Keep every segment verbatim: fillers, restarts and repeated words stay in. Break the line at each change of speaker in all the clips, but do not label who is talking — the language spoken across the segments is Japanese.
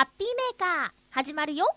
ハッピーメーカー始まるよ。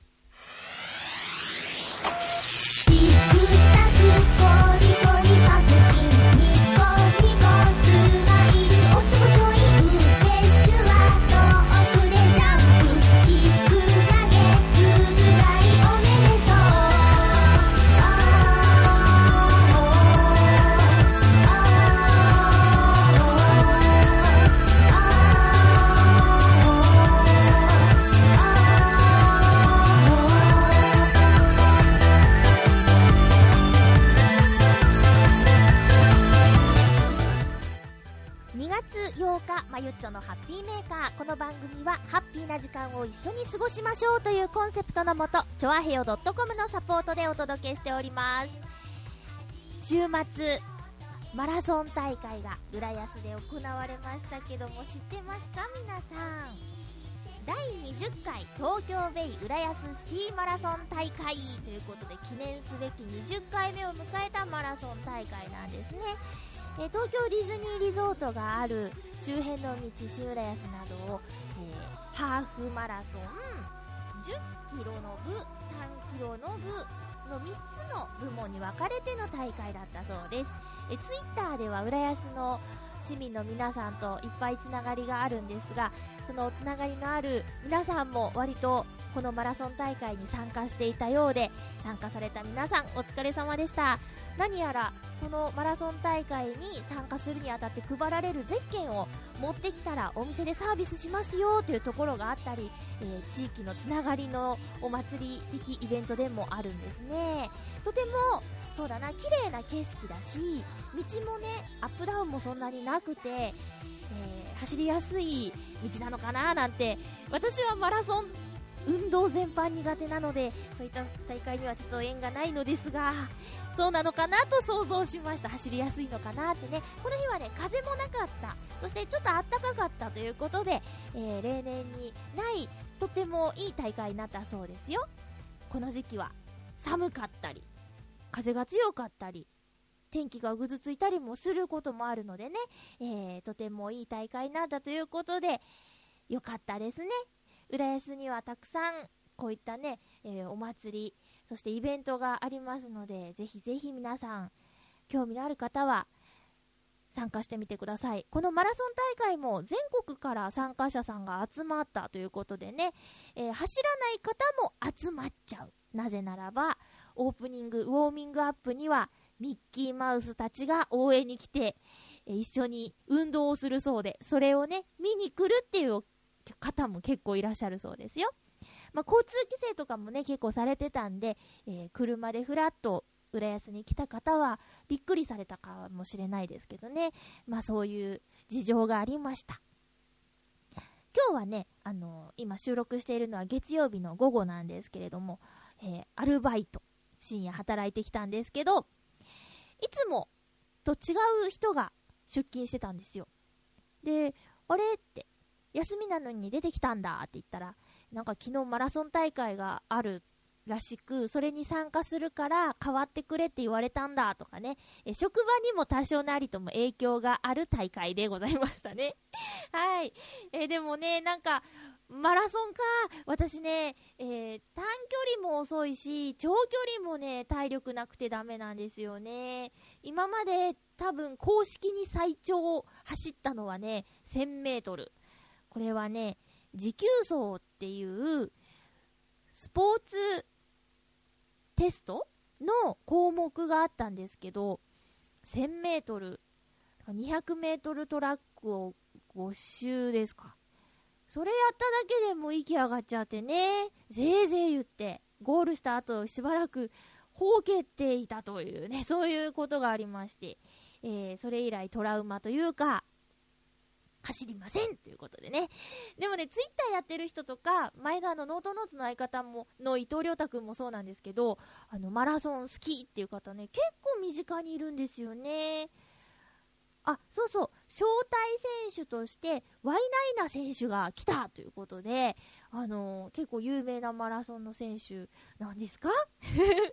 まゆっちょのハッピーメーカー。この番組はハッピーな時間を一緒に過ごしましょうというコンセプトのもと、チョアヘヨ .com のサポートでお届けしております。週末マラソン大会が浦安で行われましたけども、知ってますか皆さん。だいにじゅっかい東京ベイ浦安シティマラソン大会ということで、記念すべきにじゅっかいめを迎えたマラソン大会なんですね。えー、東京ディズニーリゾートがある周辺の道、新浦安などを、えー、ハーフマラソン、じゅっキロの部、さんキロの部のみっつの部門に分かれての大会だったそうです。えー、ツイッターでは浦安の市民の皆さんといっぱいつながりがあるんですが、そのつながりのある皆さんも割とこのマラソン大会に参加していたようで、参加された皆さんお疲れ様でした。何やらこのマラソン大会に参加するにあたって配られるゼッケンを持ってきたらお店でサービスしますよというところがあったり、えー、地域のつながりのお祭り的イベントでもあるんですね。とてもそうだな、綺麗な景色だし、道もねアップダウンもそんなになくて、えー、走りやすい道なのかななんて。私はマラソン運動全般苦手なので、そういった大会にはちょっと縁がないのですが、そうなのかなと想像しました。走りやすいのかなってね。この日はね風もなかった、そしてちょっと暖かかったということで、えー、例年にないとてもいい大会になったそうですよ。この時期は寒かったり風が強かったり天気がぐずついたりもすることもあるのでね、えー、とてもいい大会になったということでよかったですね。浦安にはたくさんこういったね、えー、お祭りそしてイベントがありますので、ぜひぜひ皆さん興味のある方は参加してみてください。このマラソン大会も全国から参加者さんが集まったということでね、えー、走らない方も集まっちゃう。なぜならばオープニングウォーミングアップにはミッキーマウスたちが応援に来て、えー、一緒に運動をするそうで、それをね見に来るっていう方も結構いらっしゃるそうですよ。まあ、交通規制とかもね結構されてたんで、えー、車でフラッと浦安に来た方はびっくりされたかもしれないですけどね。まあそういう事情がありました。今日はね、あのー、今収録しているのは月曜日の午後なんですけれども、えー、アルバイト深夜働いてきたんですけど、いつもと違う人が出勤してたんですよ。で、あれって休みなのに出てきたんだって言ったら、なんか昨日マラソン大会があるらしく、それに参加するから代わってくれって言われたんだとかね、え職場にも多少なりとも影響がある大会でございましたね。はい、えでもね、なんかマラソンか、私ね、えー、短距離も遅いし長距離もね体力なくてダメなんですよね。今まで多分公式に最長走ったのはねせんメートル。これはね持久走っていうスポーツテストの項目があったんですけど、せんメートルにひゃくメートルトラックをご周ですか、それやっただけでも息上がっちゃってね、ぜいぜい言ってゴールした後しばらくほうけていたというね、そういうことがありまして、えー、それ以来トラウマというか走りませんということでね。でもねツイッターやってる人とか、前側のノートノーツの相方もの伊藤亮太くんもそうなんですけど、あのマラソン好きっていう方ね結構身近にいるんですよね。あ、そうそう、招待選手としてワイナイナ選手が来たということで、あのー、結構有名なマラソンの選手なんですか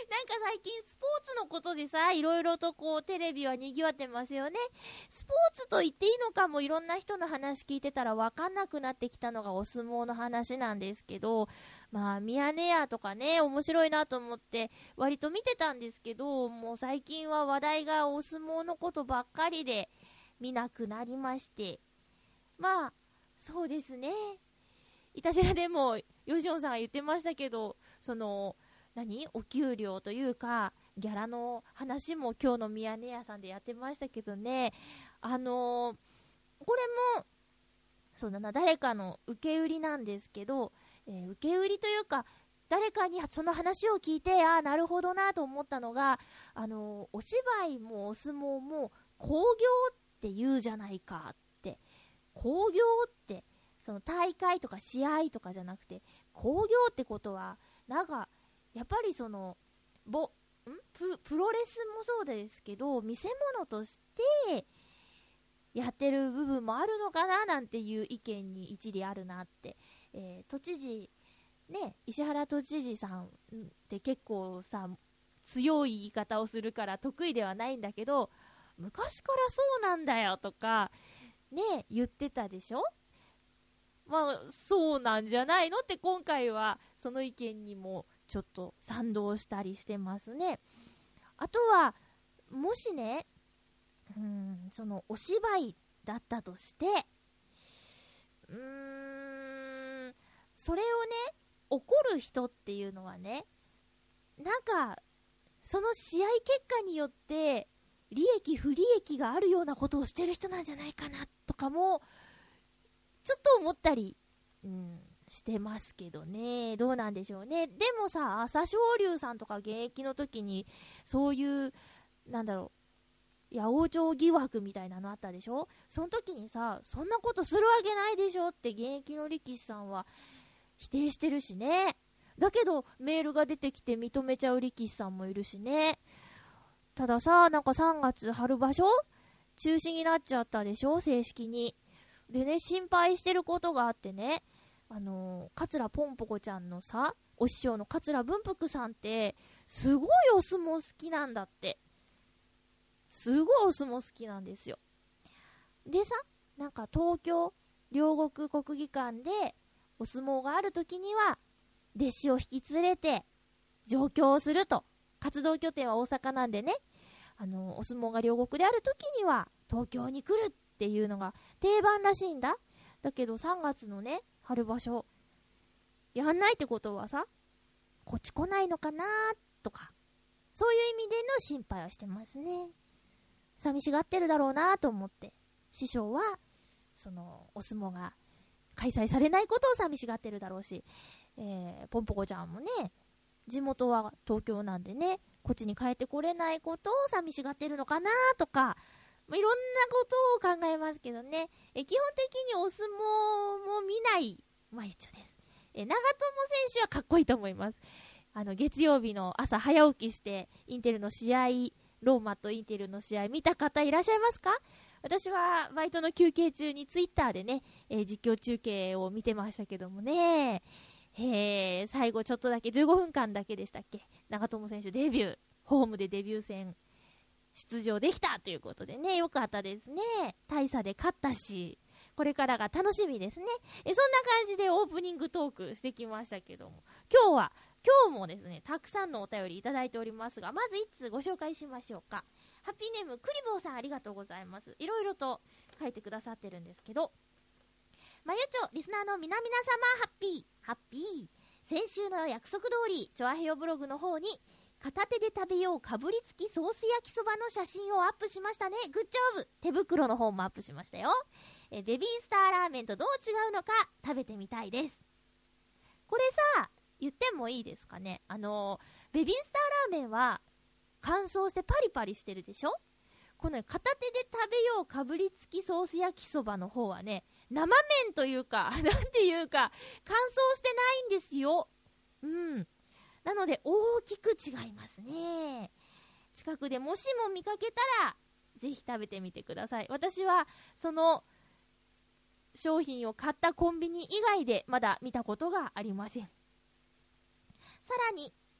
なんか最近スポーツのことでさ、いろいろとこうテレビは賑わってますよね。スポーツと言っていいのかもいろんな人の話聞いてたら分かんなくなってきたのがお相撲の話なんですけど、まあミヤネ屋とかね、面白いなと思って割と見てたんですけど、もう最近は話題がお相撲のことばっかりで見なくなりまして、まあそうですね、いたしらでもヨシオンさんが言ってましたけど、その何お給料というかギャラの話も今日のミヤネ屋さんでやってましたけどね、あのー、これもそうだな、誰かの受け売りなんですけど、えー、受け売りというか誰かにその話を聞いて、ああなるほどなと思ったのが、あのー、お芝居もお相撲も興行って言うじゃないかって。興行ってその大会とか試合とかじゃなくて、興行ってことはなんかやっぱりそのぼん プ, プロレスもそうですけど見せ物としてやってる部分もあるのかななんていう意見に一理あるなって、えー、都知事ね、石原都知事さんって結構さ強い言い方をするから得意ではないんだけど、昔からそうなんだよとかね言ってたでしょ。まあそうなんじゃないのって、今回はその意見にもちょっと賛同したりしてますね。あとはもしね、うーんそのお芝居だったとして、うーんそれをね怒る人っていうのはね、なんかその試合結果によって利益不利益があるようなことをしてる人なんじゃないかなとかもちょっと思ったり、うん、してますけどね。どうなんでしょうね。でもさ、朝青龍さんとか現役の時にそういうなんだろう八百長疑惑みたいなのあったでしょ。その時にさ、そんなことするわけないでしょって現役の力士さんは否定してるしね。だけどメールが出てきて認めちゃう力士さんもいるしね。たださ、なんかさんがつ春場所中止になっちゃったでしょ、正式に。でね、心配してることがあってね、あのー、桂ぽんぽこちゃんのさ、お師匠の桂文福さんってすごいお相撲好きなんだって。すごいお相撲好きなんですよ。でさ、なんか東京両国国技館でお相撲がある時には弟子を引き連れて上京をすると。活動拠点は大阪なんでね、あのお相撲が両国である時には東京に来るっていうのが定番らしいんだ。だけどさんがつのね春場所やんないってことはさ、こっち来ないのかなとか、そういう意味での心配はしてますね。寂しがってるだろうなと思って、師匠はそのお相撲が開催されないことを寂しがってるだろうし、えー、ポンポコちゃんもね地元は東京なんでね、こっちに帰ってこれないことを寂しがってるのかなとか、いろんなことを考えますけどね。え基本的にお相撲も見ないまゆちょです。え長友選手はかっこいいと思います。あの月曜日の朝早起きしてインテルの試合、ローマとインテルの試合見た方いらっしゃいますか？私はバイトの休憩中にツイッターでね、えー、実況中継を見てましたけどもね、へー、最後ちょっとだけじゅうごふんかんだけでしたっけ、長友選手デビュー、ホームでデビュー戦出場できたということでね、よかったですね。大差で勝ったし、これからが楽しみですね。えそんな感じでオープニングトークしてきましたけども、今日は今日もですねたくさんのお便りいただいておりますが、まずいっつうご紹介しましょうか。ハッピーネームクリボーさん、ありがとうございます。いろいろと書いてくださってるんですけど、まゆちょリスナーの皆々様、ハッピーハッピー。先週の約束通りチョアヘヨブログの方に片手で食べようかぶりつきソース焼きそばの写真をアップしましたね。グッジョブ。手袋の方もアップしましたよ。えベビースターラーメンとどう違うのか食べてみたいです。これさ、言ってもいいですかね。あのベビースターラーメンは乾燥してパリパリしてるでしょ。この、ね、片手で食べようかぶりつきソース焼きそばの方はね、生麺というかなんていうか乾燥してないんですよ。うんなので大きく違いますね。近くでもしも見かけたらぜひ食べてみてください。私はその商品を買ったコンビニ以外でまだ見たことがありません。さらに、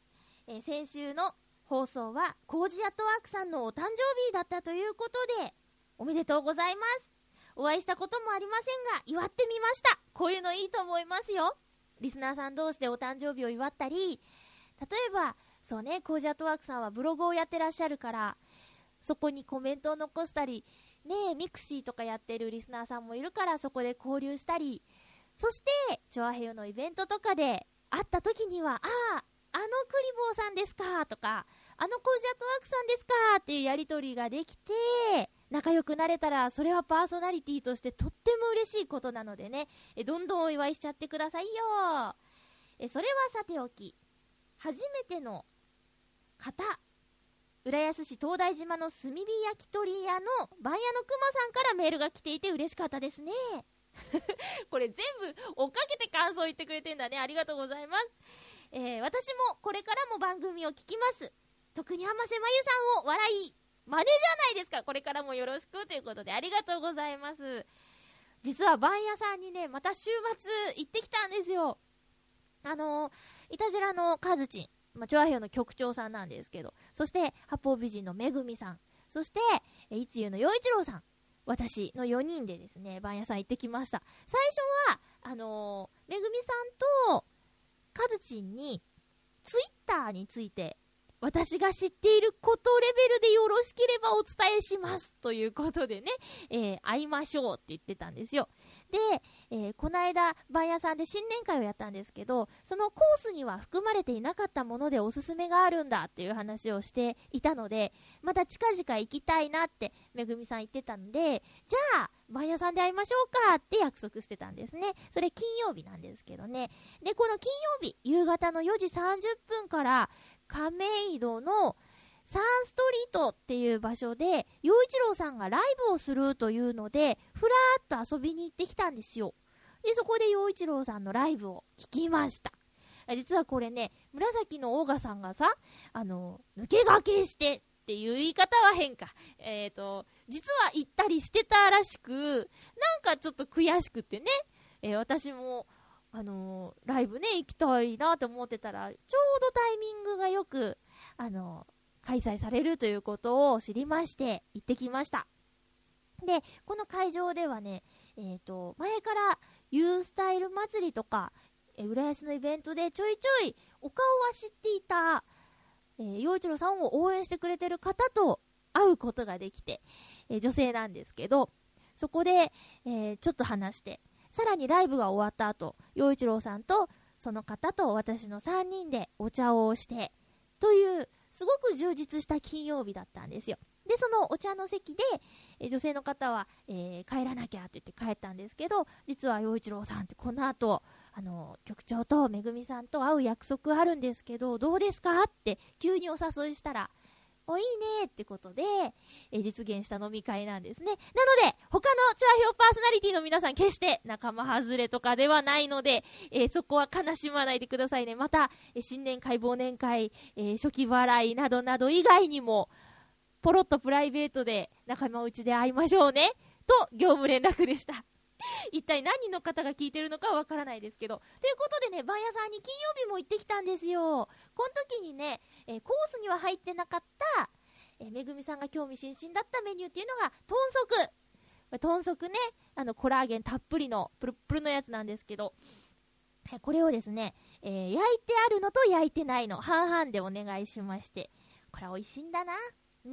えー、先週の放送はコージアットワークさんのお誕生日だったということで、おめでとうございます。お会いしたこともありませんが、祝ってみました。こういうのいいと思いますよ。リスナーさん同士でお誕生日を祝ったり、例えばそうね、コージアットワークさんはブログをやってらっしゃるから、そこにコメントを残したりねえ、ミクシーとかやってるリスナーさんもいるから、そこで交流したり、そしてチョアヘヨのイベントとかで会った時には、ああ、あのクリボーさんですかとか、あのコージアットワークさんですかっていうやりとりができて仲良くなれたら、それはパーソナリティとしてとっても嬉しいことなのでね、えどんどんお祝いしちゃってくださいよ。えそれはさておき、初めての方、浦安市東大島の炭火焼き鳥屋の番屋のくまさんからメールが来ていて嬉しかったですね。これ全部追っかけて感想言ってくれてんだね。ありがとうございます。えー、私もこれからも番組を聞きます。特に浜瀬まゆさんを笑い真似じゃないですか。これからもよろしくということでありがとうございます。実は番屋さんにね、また週末行ってきたんですよ。あのー、いたじらのカズチン、まあ、チョアヘヨの局長さんなんですけど、そして八方美人のめぐみさん、そしていつゆの陽一郎さん、私のよにんでですね、番屋さん行ってきました。最初はあのー、めぐみさんとカズチンにツイッターについて私が知っていることレベルでよろしければお伝えしますということでね、えー、会いましょうって言ってたんですよ。で、えー、この間番屋さんで新年会をやったんですけど、そのコースには含まれていなかったものでおすすめがあるんだっていう話をしていたので、また近々行きたいなってめぐみさん言ってたので、じゃあ番屋さんで会いましょうかって約束してたんですね。それ金曜日なんですけどね。で、この金曜日夕方のよじさんじゅっぷんから亀戸のサンストリートっていう場所で陽一郎さんがライブをするというので、ふらーっと遊びに行ってきたんですよ。で、そこで陽一郎さんのライブを聞きました。実はこれね、紫のオーガさんがさ、あの抜け駆けしてっていう言い方は変か、えーと実は行ったりしてたらしく、なんかちょっと悔しくてね、えー、私もあのー、ライブね行きたいなと思ってたら、ちょうどタイミングがよくあのー、開催されるということを知りまして行ってきました。で、この会場ではね、えーと前からユースタイル祭りとか、えー、浦安のイベントでちょいちょいお顔は知っていた陽一郎さんを応援してくれてる方と会うことができて、えー、女性なんですけど、そこで、えー、ちょっと話して、さらにライブが終わった後、陽一郎さんとその方と私のさんにんでお茶をしてというすごく充実した金曜日だったんですよ。で、そのお茶の席で、えー、女性の方は、えー、帰らなきゃって言って帰ったんですけど、実は陽一郎さんってこの後あの局長とめぐみさんと会う約束あるんですけどどうですかって急にお誘いしたら、おいいねってことで、えー、実現した飲み会なんですね。なので他のチョアヘヨパーソナリティの皆さん決して仲間外れとかではないので、えー、そこは悲しまないでくださいね。また、えー、新年会忘年会、えー、初期払いなどなど以外にもポロッとプライベートで仲間内で会いましょうねと業務連絡でした。一体何人の方が聞いてるのかわからないですけど、ということでね、番屋さんに金曜日も行ってきたんですよ。この時にね、えー、コースには入ってなかった、えー、めぐみさんが興味津々だったメニューっていうのが豚足。豚足ね、あのコラーゲンたっぷりのプルプルのやつなんですけど、これをですね、えー、焼いてあるのと焼いてないの半々でお願いしまして、これ美味しいんだな。うん、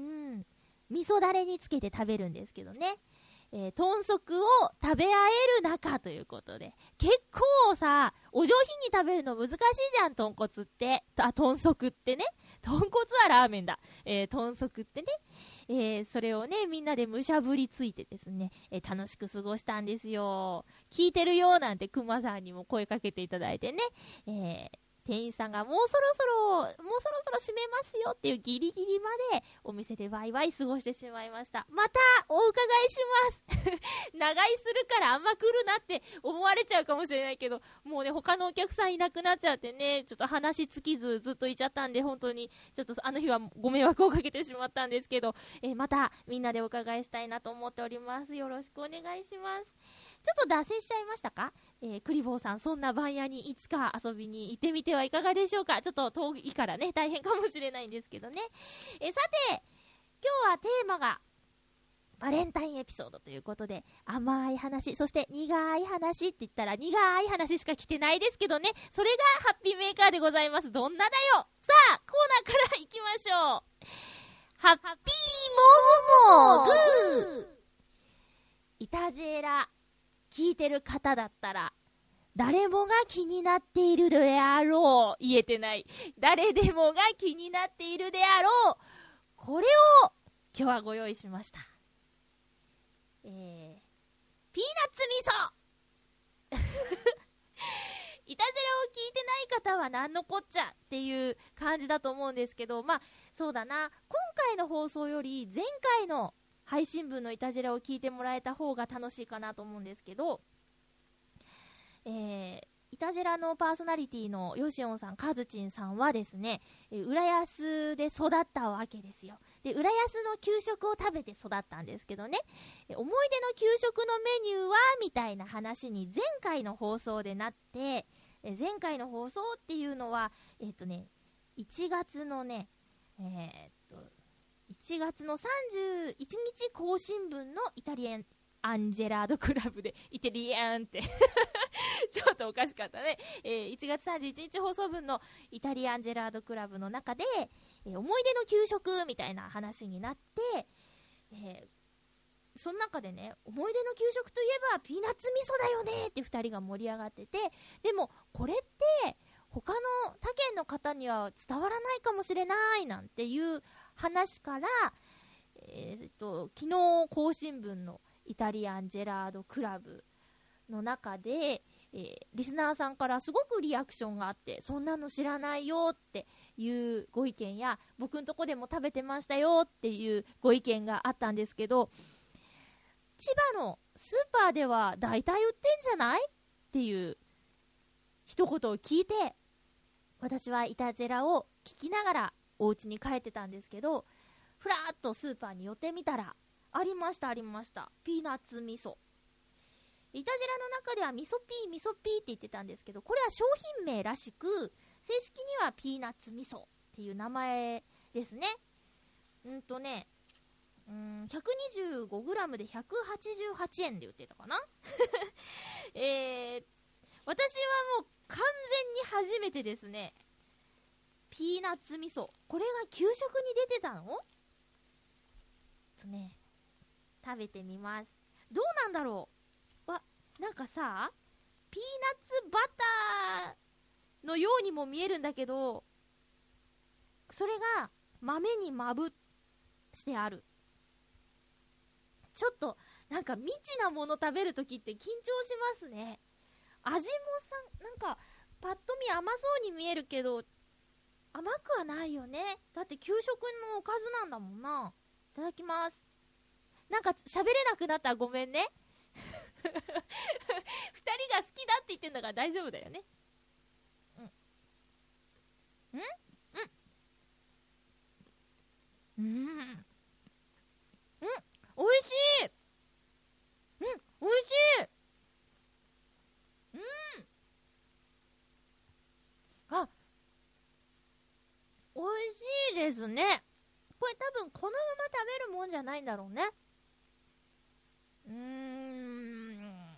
味噌だれにつけて食べるんですけどね、えー、豚足を食べ合える中ということで、結構さお上品に食べるの難しいじゃん、豚骨って。あ、豚足ってね、豚骨はラーメンだ、えー、豚足ってね、えー、それをねみんなでむしゃぶりついてですね、えー、楽しく過ごしたんですよ。聞いてるよなんてくまさんにも声かけていただいてね、えー店員さんがもうそろそろもうそろそろ閉めますよっていうギリギリまでお店でワイワイ過ごしてしまいました。またお伺いします長居するからあんま来るなって思われちゃうかもしれないけど、もうね他のお客さんいなくなっちゃってね、ちょっと話尽きずずっといちゃったんで、本当にちょっとあの日はご迷惑をかけてしまったんですけど、えー、またみんなでお伺いしたいなと思っております。よろしくお願いします。 ちょっと脱線しちゃいましたか？えー、クリボーさん、そんな番屋にいつか遊びに行ってみてはいかがでしょうか？ちょっと遠いからね、大変かもしれないんですけどね。えー、さて、今日はテーマが、バレンタインエピソードということで、甘い話、そして苦い話って言ったら苦い話しか来てないですけどね、それがハッピーメーカーでございます。どんなだよ。さあ、コーナーから行きましょう。ハッピーモーモーグー。イタジェラ聞いてる方だったら誰もが気になっているであろう、言えてない、誰でもが気になっているであろう、これを今日はご用意しました。えー、ピーナッツ味噌イタジェラを聞いてない方は何のこっちゃっていう感じだと思うんですけど、まあそうだな、今回の放送より前回の配信分のイタジェラを聞いてもらえた方が楽しいかなと思うんですけど、えー、イタジェラのパーソナリティのヨシオンさん、カズチンさんはですね、えー、浦安で育ったわけですよ。で、浦安の給食を食べて育ったんですけどね、えー、思い出の給食のメニューはみたいな話に前回の放送でなって、えー、前回の放送っていうのはえっとねいちがつのねえー、っといちがつのさんじゅういちにち更新分のイタリアンアンジェラードクラブでイタリアンってちょっとおかしかったね、えー、いちがつさんじゅういちにち放送分のイタリアンジェラードクラブの中で、えー、思い出の給食みたいな話になって、えー、その中でね、思い出の給食といえばピーナッツ味噌だよねってふたりが盛り上がってて、でもこれって他の他県の方には伝わらないかもしれないなんていう話から、えー、っと昨日更新分のイタリアンジェラードクラブの中で、えー、リスナーさんからすごくリアクションがあって、そんなの知らないよっていうご意見や、僕んとこでも食べてましたよっていうご意見があったんですけど、千葉のスーパーでは大体売ってんじゃないっていう一言を聞いて、私はイタジェラを聞きながらお家に帰ってたんですけど、ふらーっとスーパーに寄ってみたら、ありましたありました、ピーナッツ味噌。イタジェラの中では味噌ピー味噌ピーって言ってたんですけど、これは商品名らしく、正式にはピーナッツ味噌っていう名前ですね。うんとねうーん ひゃくにじゅうごグラム でひゃくはちじゅうはちえんで売ってたかなえー、私はもう完全に初めてですね、ピーナッツ味噌、これが給食に出てたのとね、食べてみます。どうなんだろう。わ、なんかさ、ピーナッツバターのようにも見えるんだけど、それが豆にまぶしてある。ちょっとなんか未知なもの食べるときって緊張しますね。味もさ、なんかパッと見甘そうに見えるけど甘くはないよね。だって給食のおかずなんだもんな。いただきます。なんか喋れなくなったらごめんね二人が好きだって言ってんだから大丈夫だよね。うんうんうん、うん、おいしい。うん、おいしい。うん。あ、おいしいですね。これ多分このまま食べるもんじゃないんだろうね。うーん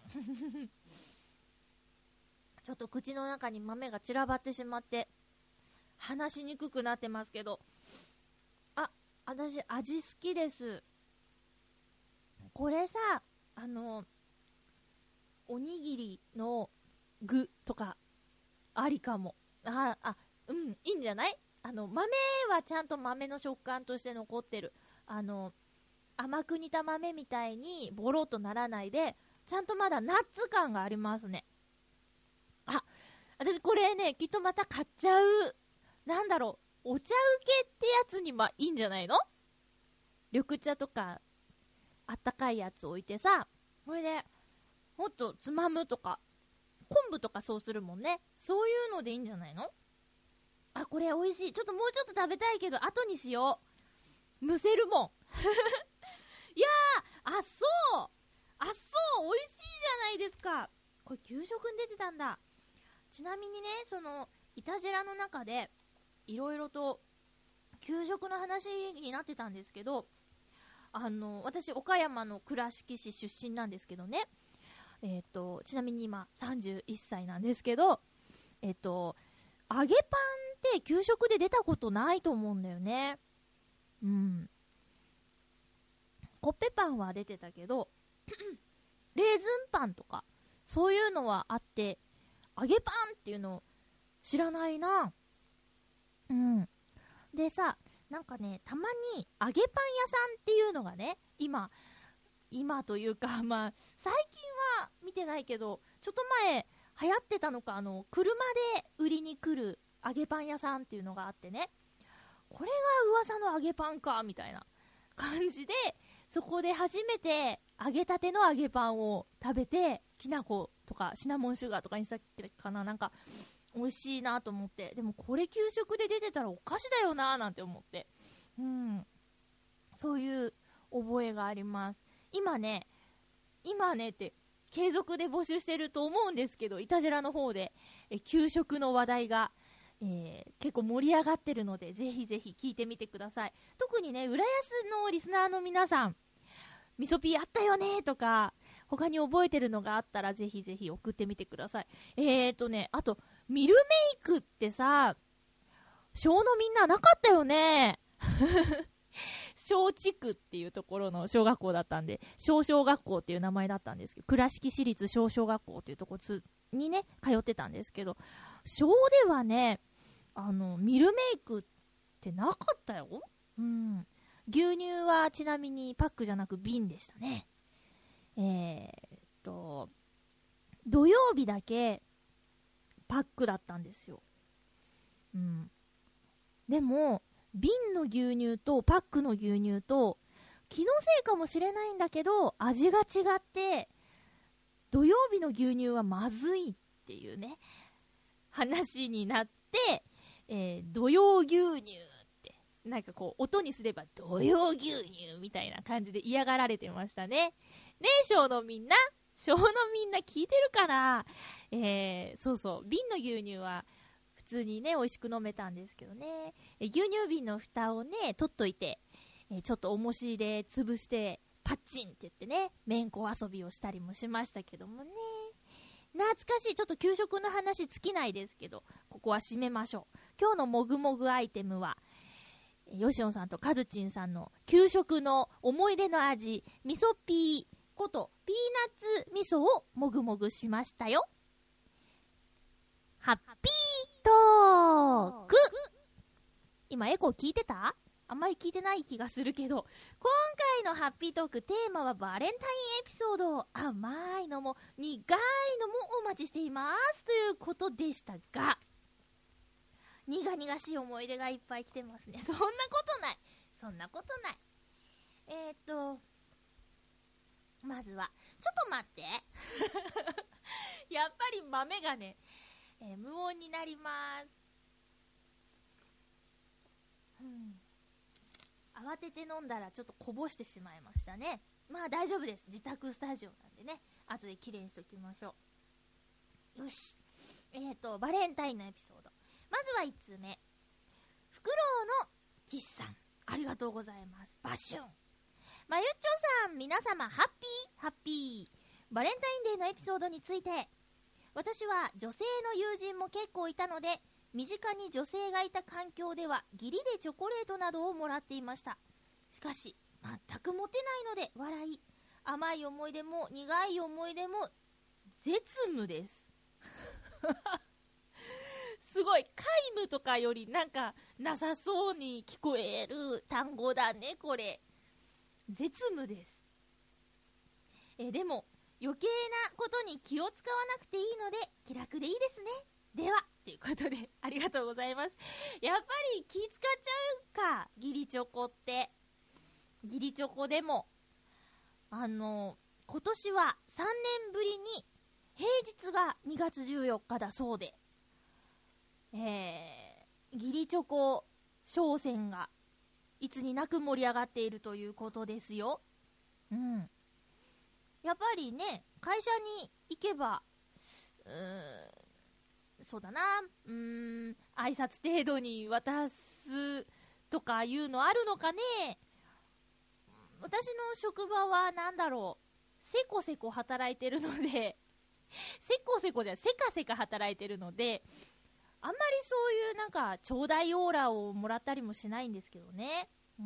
ちょっと口の中に豆が散らばってしまって話しにくくなってますけど、あ、私味好きです。これさ、あのおにぎりの具とかありかも。ああ、うん、いいんじゃない？あの豆はちゃんと豆の食感として残ってる。あの甘く煮た豆みたいにボロっとならないで、ちゃんとまだナッツ感がありますね。あ、私これね、きっとまた買っちゃう。なんだろう、お茶受けってやつにまあいいんじゃないの？緑茶とかあったかいやつ置いてさ、これでもっとつまむとか、昆布とかそうするもんね。そういうのでいいんじゃないの？あ、これ美味しい。ちょっともうちょっと食べたいけど後にしよう。むせるもんいやー、あ、そうあ、そう美味しいじゃないですか。これ給食に出てたんだ。ちなみにね、そのイタジェラの中でいろいろと給食の話になってたんですけど、あの私岡山の倉敷市出身なんですけどね、えー、とちなみに今さんじゅういっさいなんですけど、えっ、ー、と揚げパンって給食で出たことないと思うんだよね。うん。コッペパンは出てたけどレーズンパンとかそういうのはあって、揚げパンっていうの知らないな。うん。でさ、なんかね、たまに揚げパン屋さんっていうのがね、今今というか、まあ最近は見てないけど、ちょっと前流行ってたのか、あの車で売りに来る揚げパン屋さんっていうのがあってね、これが噂の揚げパンかみたいな感じで、そこで初めて揚げたての揚げパンを食べて、きな粉とかシナモンシュガーとかにしたっけかな、なんか美味しいなと思って、でもこれ給食で出てたらお菓子だよななんて思って、うん、そういう覚えがあります。今ね今ねって継続で募集してると思うんですけど、イタジェラの方でえ給食の話題が、えー、結構盛り上がってるので、ぜひぜひ聞いてみてください。特にね、浦安のリスナーの皆さん、みそピーあったよねとか他に覚えてるのがあったら、ぜひぜひ送ってみてください。えーとねあとミルメイクってさ、小のみんななかったよね小地区っていうところの小学校だったんで、小小学校っていう名前だったんですけど、倉敷市立小小学校っていうところにね通ってたんですけど、小ではね、あのミルメイクってなかったよ。うん。牛乳はちなみにパックじゃなく瓶でしたね。えー、っと土曜日だけパックだったんですよ。うん。でも瓶の牛乳とパックの牛乳と、気のせいかもしれないんだけど味が違って、土曜日の牛乳はまずいっていうね話になって、えー、土曜牛乳ってなんかこう音にすれば土曜牛乳みたいな感じで嫌がられてましたね。ねえ、小のみんな小のみんな聞いてるかな。えー、そうそう、瓶の牛乳は普通にね美味しく飲めたんですけどね、え牛乳瓶の蓋をね取っといて、えちょっと重しで潰してパッチンって言ってね、めんこ遊びをしたりもしましたけどもね。懐かしい。ちょっと給食の話尽きないですけど、ここは締めましょう。今日のもぐもぐアイテムは、よしおんさんとかずちんさんの給食の思い出の味、味噌ピーことピーナッツ味噌をもぐもぐしましたよ。ハッピートーク。今エコー聞いてた？あんまり聞いてない気がするけど、今回のハッピートークテーマはバレンタインエピソード。甘いのも苦いのもお待ちしていますということでしたが、苦々しい思い出がいっぱい来てますね。そんなことないそんなことないえーっとまずはちょっと待ってやっぱり豆がね、えー、無音になります。うん慌てて飲んだらちょっとこぼしてしまいましたね。まあ大丈夫です。自宅スタジオなんでね、後できれいにしときましょう。よし。えーと、バレンタインのエピソード。まずはいつつめ。フクロウの岸さん。ありがとうございます。バッシュン。まゆっちょさん、皆様、ハッピー、ハッピー。バレンタインデーのエピソードについて。私は女性の友人も結構いたので、身近に女性がいた環境では義理でチョコレートなどをもらっていました。しかし全くモテないので笑い、甘い思い出も苦い思い出も絶無ですすごい皆無とかよりなんかなさそうに聞こえる単語だねこれ。絶無です。えでも余計なことに気を使わなくていいので気楽でいいですね。ではということでありがとうございます。やっぱり気使っちゃうか、義理チョコって。義理チョコでもあの今年はさんねんぶりに平日がにがつじゅうよっかだそうで、えー、義理チョコ商戦がいつになく盛り上がっているということですよ。うん。 やっぱりね、会社に行けば、うーん、そうだな、うーん、挨拶程度に渡すとかいうのあるのかね。私の職場はなんだろう、せこせこ働いてるので、せこせこじゃせかせか働いてるので、あんまりそういうなんかちょうだいオーラをもらったりもしないんですけどね。うん。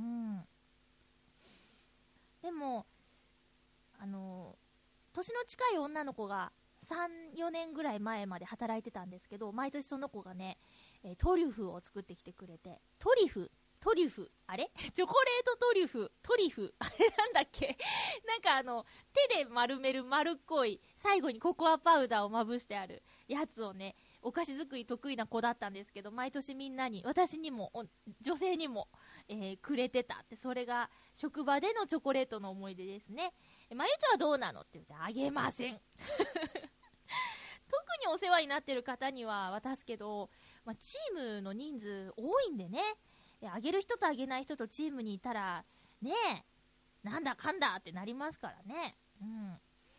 でもあの年の近い女の子がさん、よねんぐらい前まで働いてたんですけど、毎年その子がね、えー、トリュフを作ってきてくれて、トリュフトリュフあれチョコレートトリュフトリュフあれなんだっけなんかあの手で丸める丸っこい、最後にココアパウダーをまぶしてあるやつをね、お菓子作り得意な子だったんですけど、毎年みんなに、私にも女性にも、えー、くれてたって。それが職場でのチョコレートの思い出ですね。まゆちょはどうなのって言って、あげません特にお世話になってる方には渡すけど、まあ、チームの人数多いんでね、あげる人とあげない人とチームにいたらねえ、なんだかんだってなりますからね。うん、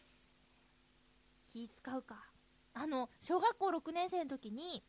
気使うか。あの小学校ろくねん生の時に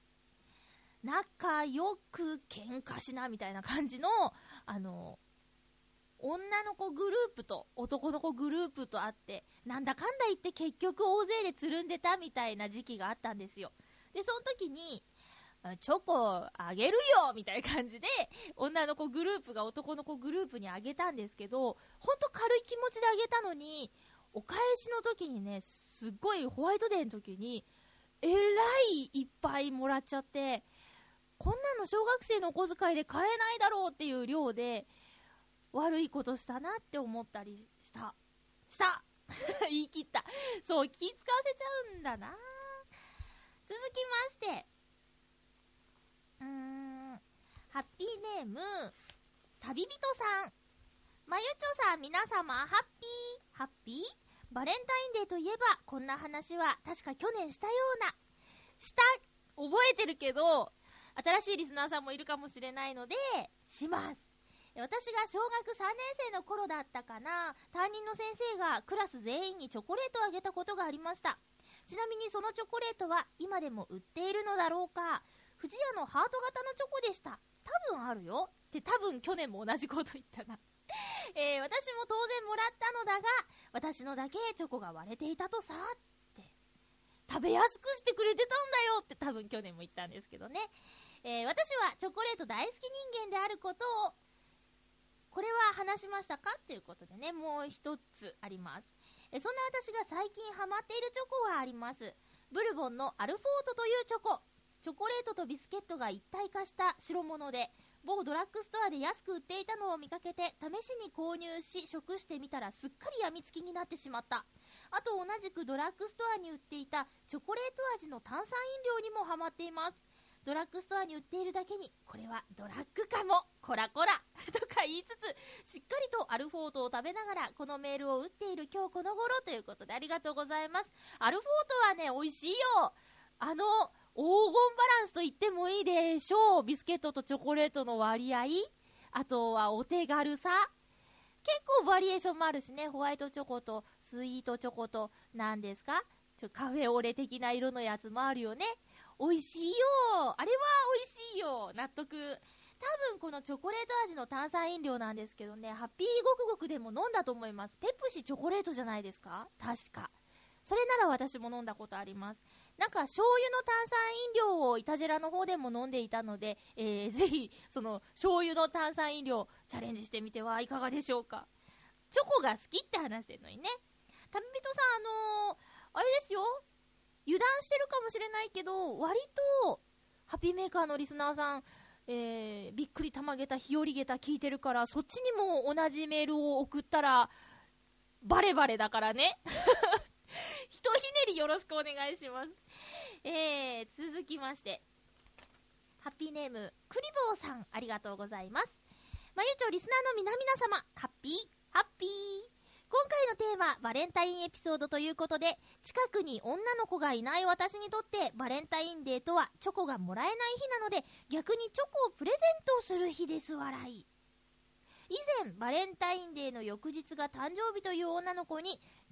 仲良く喧嘩しなみたいな感じのあの女の子グループと男の子グループとあって、なんだかんだ言って結局大勢でつるんでたみたいな時期があったんですよ。でその時にチョコあげるよみたいな感じで女の子グループが男の子グループにあげたんですけど、ほんと軽い気持ちであげたのに、お返しの時にね、すっごいホワイトデーの時にえらいいっぱいもらっちゃって、こんなの小学生のお小遣いで買えないだろうっていう量で悪いことしたなって思ったりしたした言い切った。そう気使わせちゃうんだな。続きまして、うーんハッピーネーム旅人さん。まゆちょさん、皆様ハッピーハッピーバレンタインデーといえばこんな話は確か去年したようなした覚えてるけど、新しいリスナーさんもいるかもしれないのでします。私が小学さんねん生の頃だったかな、担任の先生がクラス全員にチョコレートをあげたことがありました。ちなみにそのチョコレートは今でも売っているのだろうか。不二家のハート型のチョコでした。多分あるよって多分去年も同じこと言ったなえー、私も当然もらったのだが、私のだけチョコが割れていたとさって、食べやすくしてくれてたんだよって多分去年も言ったんですけどね。えー、私はチョコレート大好き人間であることを、これは話しましたかということでね、もう一つあります。えー、そんな私が最近ハマっているチョコはあります。ブルボンのアルフォートというチョコ。チョコレートとビスケットが一体化した白物で、某ドラッグストアで安く売っていたのを見かけて試しに購入し食してみたらすっかりやみつきになってしまった。あと同じくドラッグストアに売っていたチョコレート味の炭酸飲料にもハマっています。ドラッグストアに売っているだけにこれはドラッグかもコラコラとか言いつつ、しっかりとアルフォートを食べながらこのメールを打っている今日この頃ということで、ありがとうございます。アルフォートはね美味しいよ。あの黄金バランスと言ってもいいでしょう。ビスケットとチョコレートの割合、あとはお手軽さ、結構バリエーションもあるしね。ホワイトチョコとスイートチョコと何ですか、ちょカフェオレ的な色のやつもあるよね。美味しいよ、あれは美味しいよ、納得。多分このチョコレート味の炭酸飲料なんですけどね、ハッピーごくごくでも飲んだと思います。ペプシチョコレートじゃないですか、確か。それなら私も飲んだことあります。なんか醤油の炭酸飲料をイタジェラの方でも飲んでいたので、えー、ぜひその醤油の炭酸飲料チャレンジしてみてはいかがでしょうか。チョコが好きって話してるのにね。旅人さん、あのー、あれですよ、油断してるかもしれないけど、割とハッピーメーカーのリスナーさん、えー、びっくりたまげた日和げた聞いてるから、そっちにも同じメールを送ったらバレバレだからねひとひねりよろしくお願いします。えー、続きまして、ハッピーネームクリボーさん、ありがとうございます。まゆちょリスナーの皆々様、ハッピーハッピー。今回のテーマバレンタインエピソードということで、近くに女の子がいない私にとってバレンタインデーとはチョコがもらえない日なので、逆にチョコをプレゼントする日です。笑い。以前バレンタインデーの翌日が誕生日という女の子に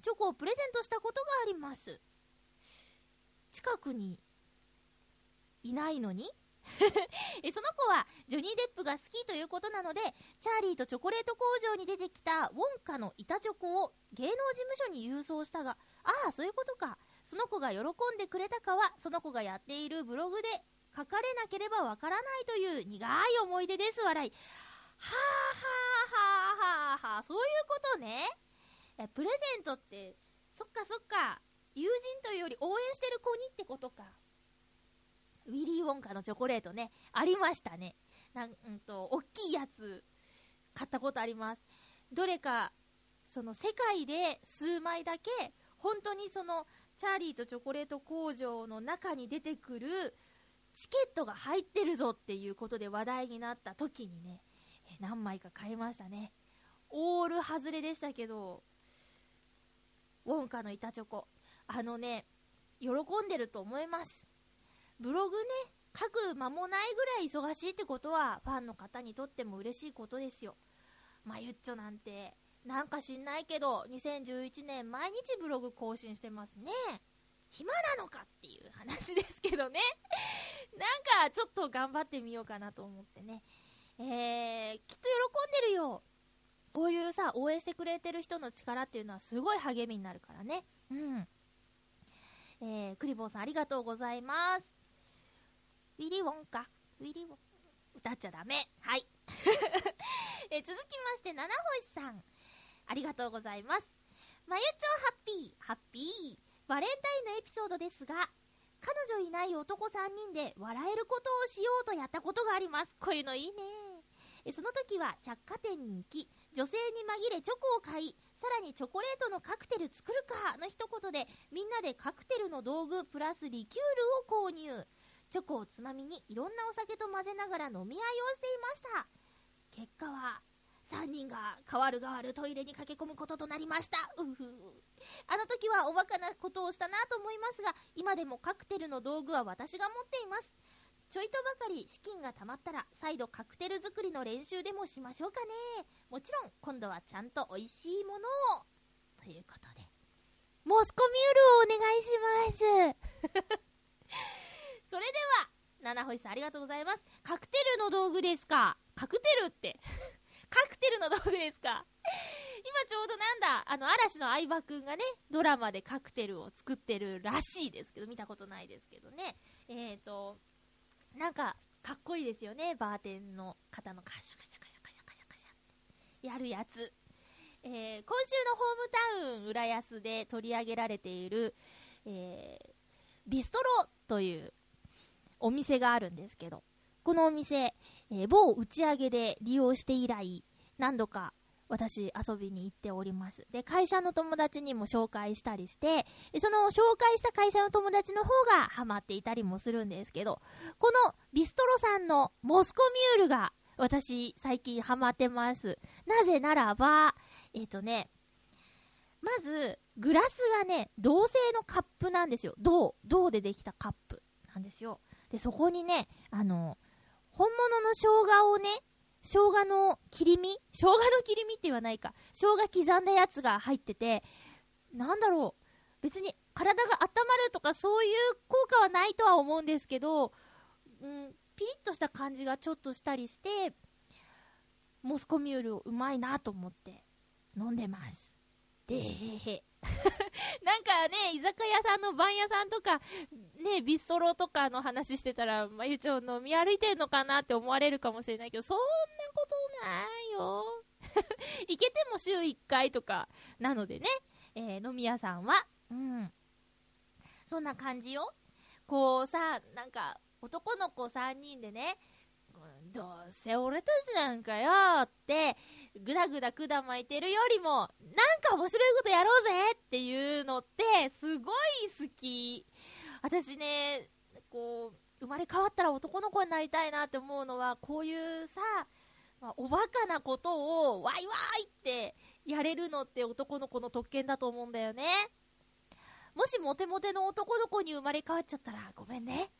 チョコをプレゼントしたことがあります。近くにいないのにえその子はジョニー・デップが好きということなので、チャーリーとチョコレート工場に出てきたウォンカの板チョコを芸能事務所に郵送したが、ああそういうことか。その子が喜んでくれたかはその子がやっているブログで書かれなければわからないという苦い思い出です。笑い。はあはあはあはあ、そういうことね。えプレゼントってそっかそっか、友人というより応援してる子にってことか。ウィリー・ウォンカのチョコレートね、ありましたね。なん、うんと、大きいやつ、買ったことあります。どれか、その世界で数枚だけ、本当にその、チャーリーとチョコレート工場の中に出てくる、チケットが入ってるぞっていうことで話題になった時にね、何枚か買いましたね。オール外れでしたけど、ウォンカの板チョコ。あのね、喜んでると思います。ブログね、書く間もないぐらい忙しいってことはファンの方にとっても嬉しいことですよ。まゆっちょなんてなんか知んないけどにせんじゅういちねん毎日ブログ更新してますね。暇なのかっていう話ですけどねなんかちょっと頑張ってみようかなと思ってね、えー、きっと喜んでるよ。こういうさ応援してくれてる人の力っていうのはすごい励みになるからね。うん、えー、クリボーさんありがとうございます。ウィリー・ウォンカ、ウィリー・ウォン歌っちゃダメ。はい、え続きまして七星さんありがとうございます。まゆちょハッピーハッピーバレンタインのエピソードですが、彼女いない男さんにんで笑えることをしようとやったことがあります。こういうのいいね。えその時は百貨店に行き、女性に紛れチョコを買い、さらにチョコレートのカクテル作るかの一言でみんなでカクテルの道具プラスリキュールを購入。チョコをつまみにいろんなお酒と混ぜながら飲み合いをしていました。結果はさんにんが代わる代わるトイレに駆け込むこととなりました。うふあの時はおバカなことをしたなと思いますが、今でもカクテルの道具は私が持っています。ちょいとばかり資金が貯まったら再度カクテル作りの練習でもしましょうかね。もちろん今度はちゃんと美味しいものをということでモスコミュールをお願いしますそれでは七星さんありがとうございます。カクテルの道具ですか。カクテルってカクテルの道具ですか。今ちょうどなんだあの嵐の相葉くんがねドラマでカクテルを作ってるらしいですけど、見たことないですけどね。えーとなんかかっこいいですよね。バーテンの方のカシャカシャカシャカシャカシャカシャってやるやつ。えー、今週のホームタウン浦安で取り上げられている、えー、ビストロというお店があるんですけど、このお店、えー、某打ち上げで利用して以来何度か私遊びに行っております。で、会社の友達にも紹介したりして、その紹介した会社の友達の方がハマっていたりもするんですけど、このビストロさんのモスコミュールが私最近ハマってます。なぜならば、えっとね、まずグラスがね、銅製のカップなんですよ。銅、銅でできたカップなんですよ。で、そこにね、あの、本物の生姜をね、生姜の切り身生姜の切り身って言わないか。生姜刻んだやつが入ってて、なんだろう。別に体が温まるとかそういう効果はないとは思うんですけど、うん、ピリッとした感じがちょっとしたりして、モスコミュールうまいなと思って飲んでます。でへへ。なんかね、居酒屋さんの番屋さんとか、ね、ビストロとかの話してたら、まゆちょ飲み歩いてんのかなって思われるかもしれないけど、そんなことないよ。行けても週いっかいとかなのでね、えー、飲み屋さんは、うん。そんな感じよ。こうさ、なんか、男の子さんにんでね、どうせ俺たちなんかよってぐだぐだ管巻いてるよりもなんか面白いことやろうぜっていうのってすごい好き。私ね、こう生まれ変わったら男の子になりたいなって思うのは、こういうさ、まあ、おバカなことをワイワイってやれるのって男の子の特権だと思うんだよね。もしモテモテの男の子に生まれ変わっちゃったらごめんね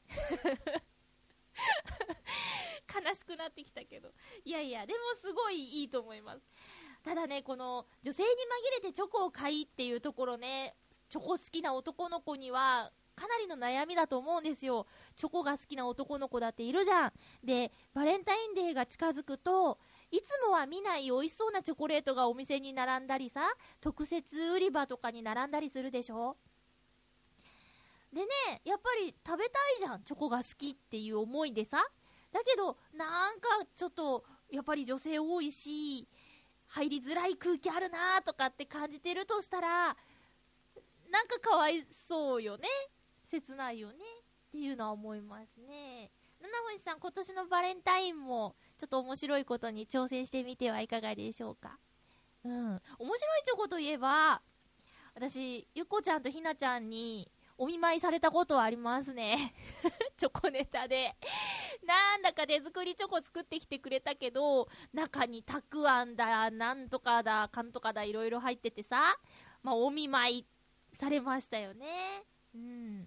悲しくなってきたけど、いやいやでもすごいいいと思います。 ただね、この女性に紛れてチョコを買いっていうところね、チョコ好きな男の子にはかなりの悩みだと思うんですよ。チョコが好きな男の子だっているじゃん。で、バレンタインデーが近づくと、いつもは見ない美味しそうなチョコレートがお店に並んだりさ、特設売り場とかに並んだりするでしょ。でね、やっぱり食べたいじゃん、チョコが好きっていう思いでさ。だけどなんかちょっとやっぱり女性多いし入りづらい空気あるなとかって感じてるとしたら、なんかかわいそうよね、切ないよねっていうのは思いますね。七星さん、今年のバレンタインもちょっと面白いことに挑戦してみてはいかがでしょうか。うん、面白いチョコといえば、私ゆっこちゃんとひなちゃんにお見舞いされたことはありますねチョコネタでなんだか手作りチョコ作ってきてくれたけど、中にたくあんだなんとかだかんとかだいろいろ入っててさ、まあお見舞いされましたよね。うん。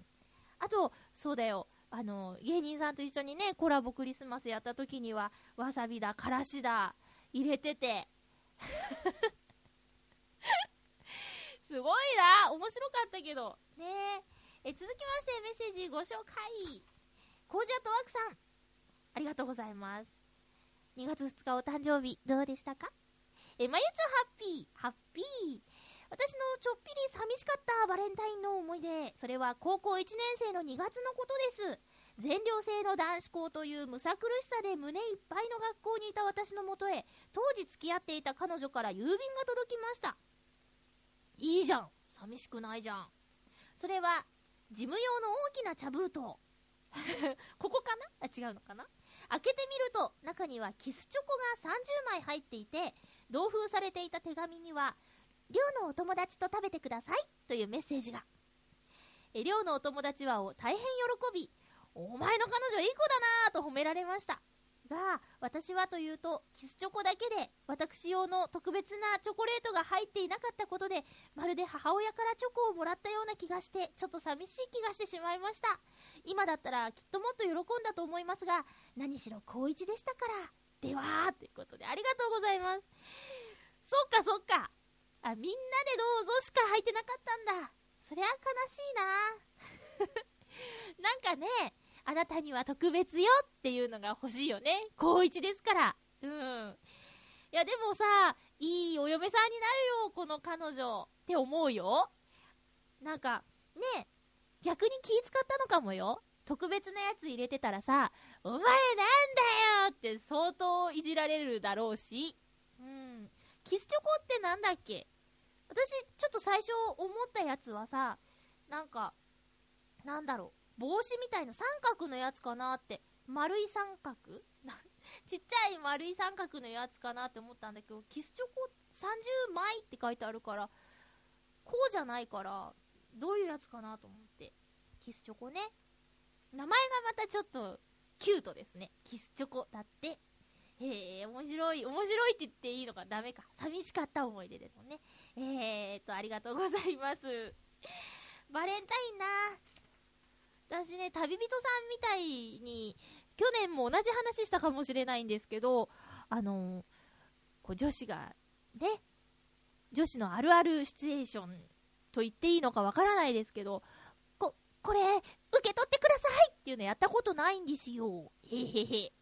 あとそうだよ、あの芸人さんと一緒にねコラボクリスマスやった時にはわさびだからしだ入れててすごいな、面白かったけどね。え続きましてメッセージご紹介。コージアットワークさん、ありがとうございます。にがつふつかお誕生日どうでしたか。えまゆちょハッピーハッピー。私のちょっぴり寂しかったバレンタインの思い出、それは高校いちねん生のにがつのことです。全寮制の男子校というむさ苦しさで胸いっぱいの学校にいた私のもとへ、当時付き合っていた彼女から郵便が届きました。いいじゃん、寂しくないじゃん。それは事務用の大きな茶封筒ここかなあ、違うのかな。開けてみると中にはキスチョコがさんじゅうまい入っていて、同封されていた手紙には、寮のお友達と食べてくださいというメッセージが。え寮のお友達は大変喜び、お前の彼女いい子だなと褒められましたが、私はというとキスチョコだけで私用の特別なチョコレートが入っていなかったことで、まるで母親からチョコをもらったような気がして、ちょっと寂しい気がしてしまいました。今だったらきっともっと喜んだと思いますが、何しろ高いちでしたから。ではということで、ありがとうございます。そっかそっか、あ、みんなでどうぞしか入ってなかったんだ。そりゃ悲しいななんかね、あなたには特別よっていうのが欲しいよね、高いちですから。うん。いやでもさ、いいお嫁さんになるよこの彼女って思うよ。なんかね、逆に気使ったのかもよ。特別なやつ入れてたらさ、お前なんだよって相当いじられるだろうし。うん。キスチョコってなんだっけ。私ちょっと最初思ったやつはさ、なんかなんだろう、帽子みたいな三角のやつかなって、丸い三角ちっちゃい丸い三角のやつかなって思ったんだけど、キスチョコさんじゅうまいって書いてあるから、こうじゃないからどういうやつかなと思って。キスチョコね、名前がまたちょっとキュートですね。キスチョコだって。へえ、面白い面白いって言っていいのかダメか。寂しかった思い出ですもんね。えーっとありがとうございます。バレンタインな、私ね、旅人さんみたいに去年も同じ話したかもしれないんですけど、あのー、こう女子がね、女子のあるあるシチュエーションと言っていいのかわからないですけど、ここれ受け取ってくださいっていうのやったことないんですよ。へへへ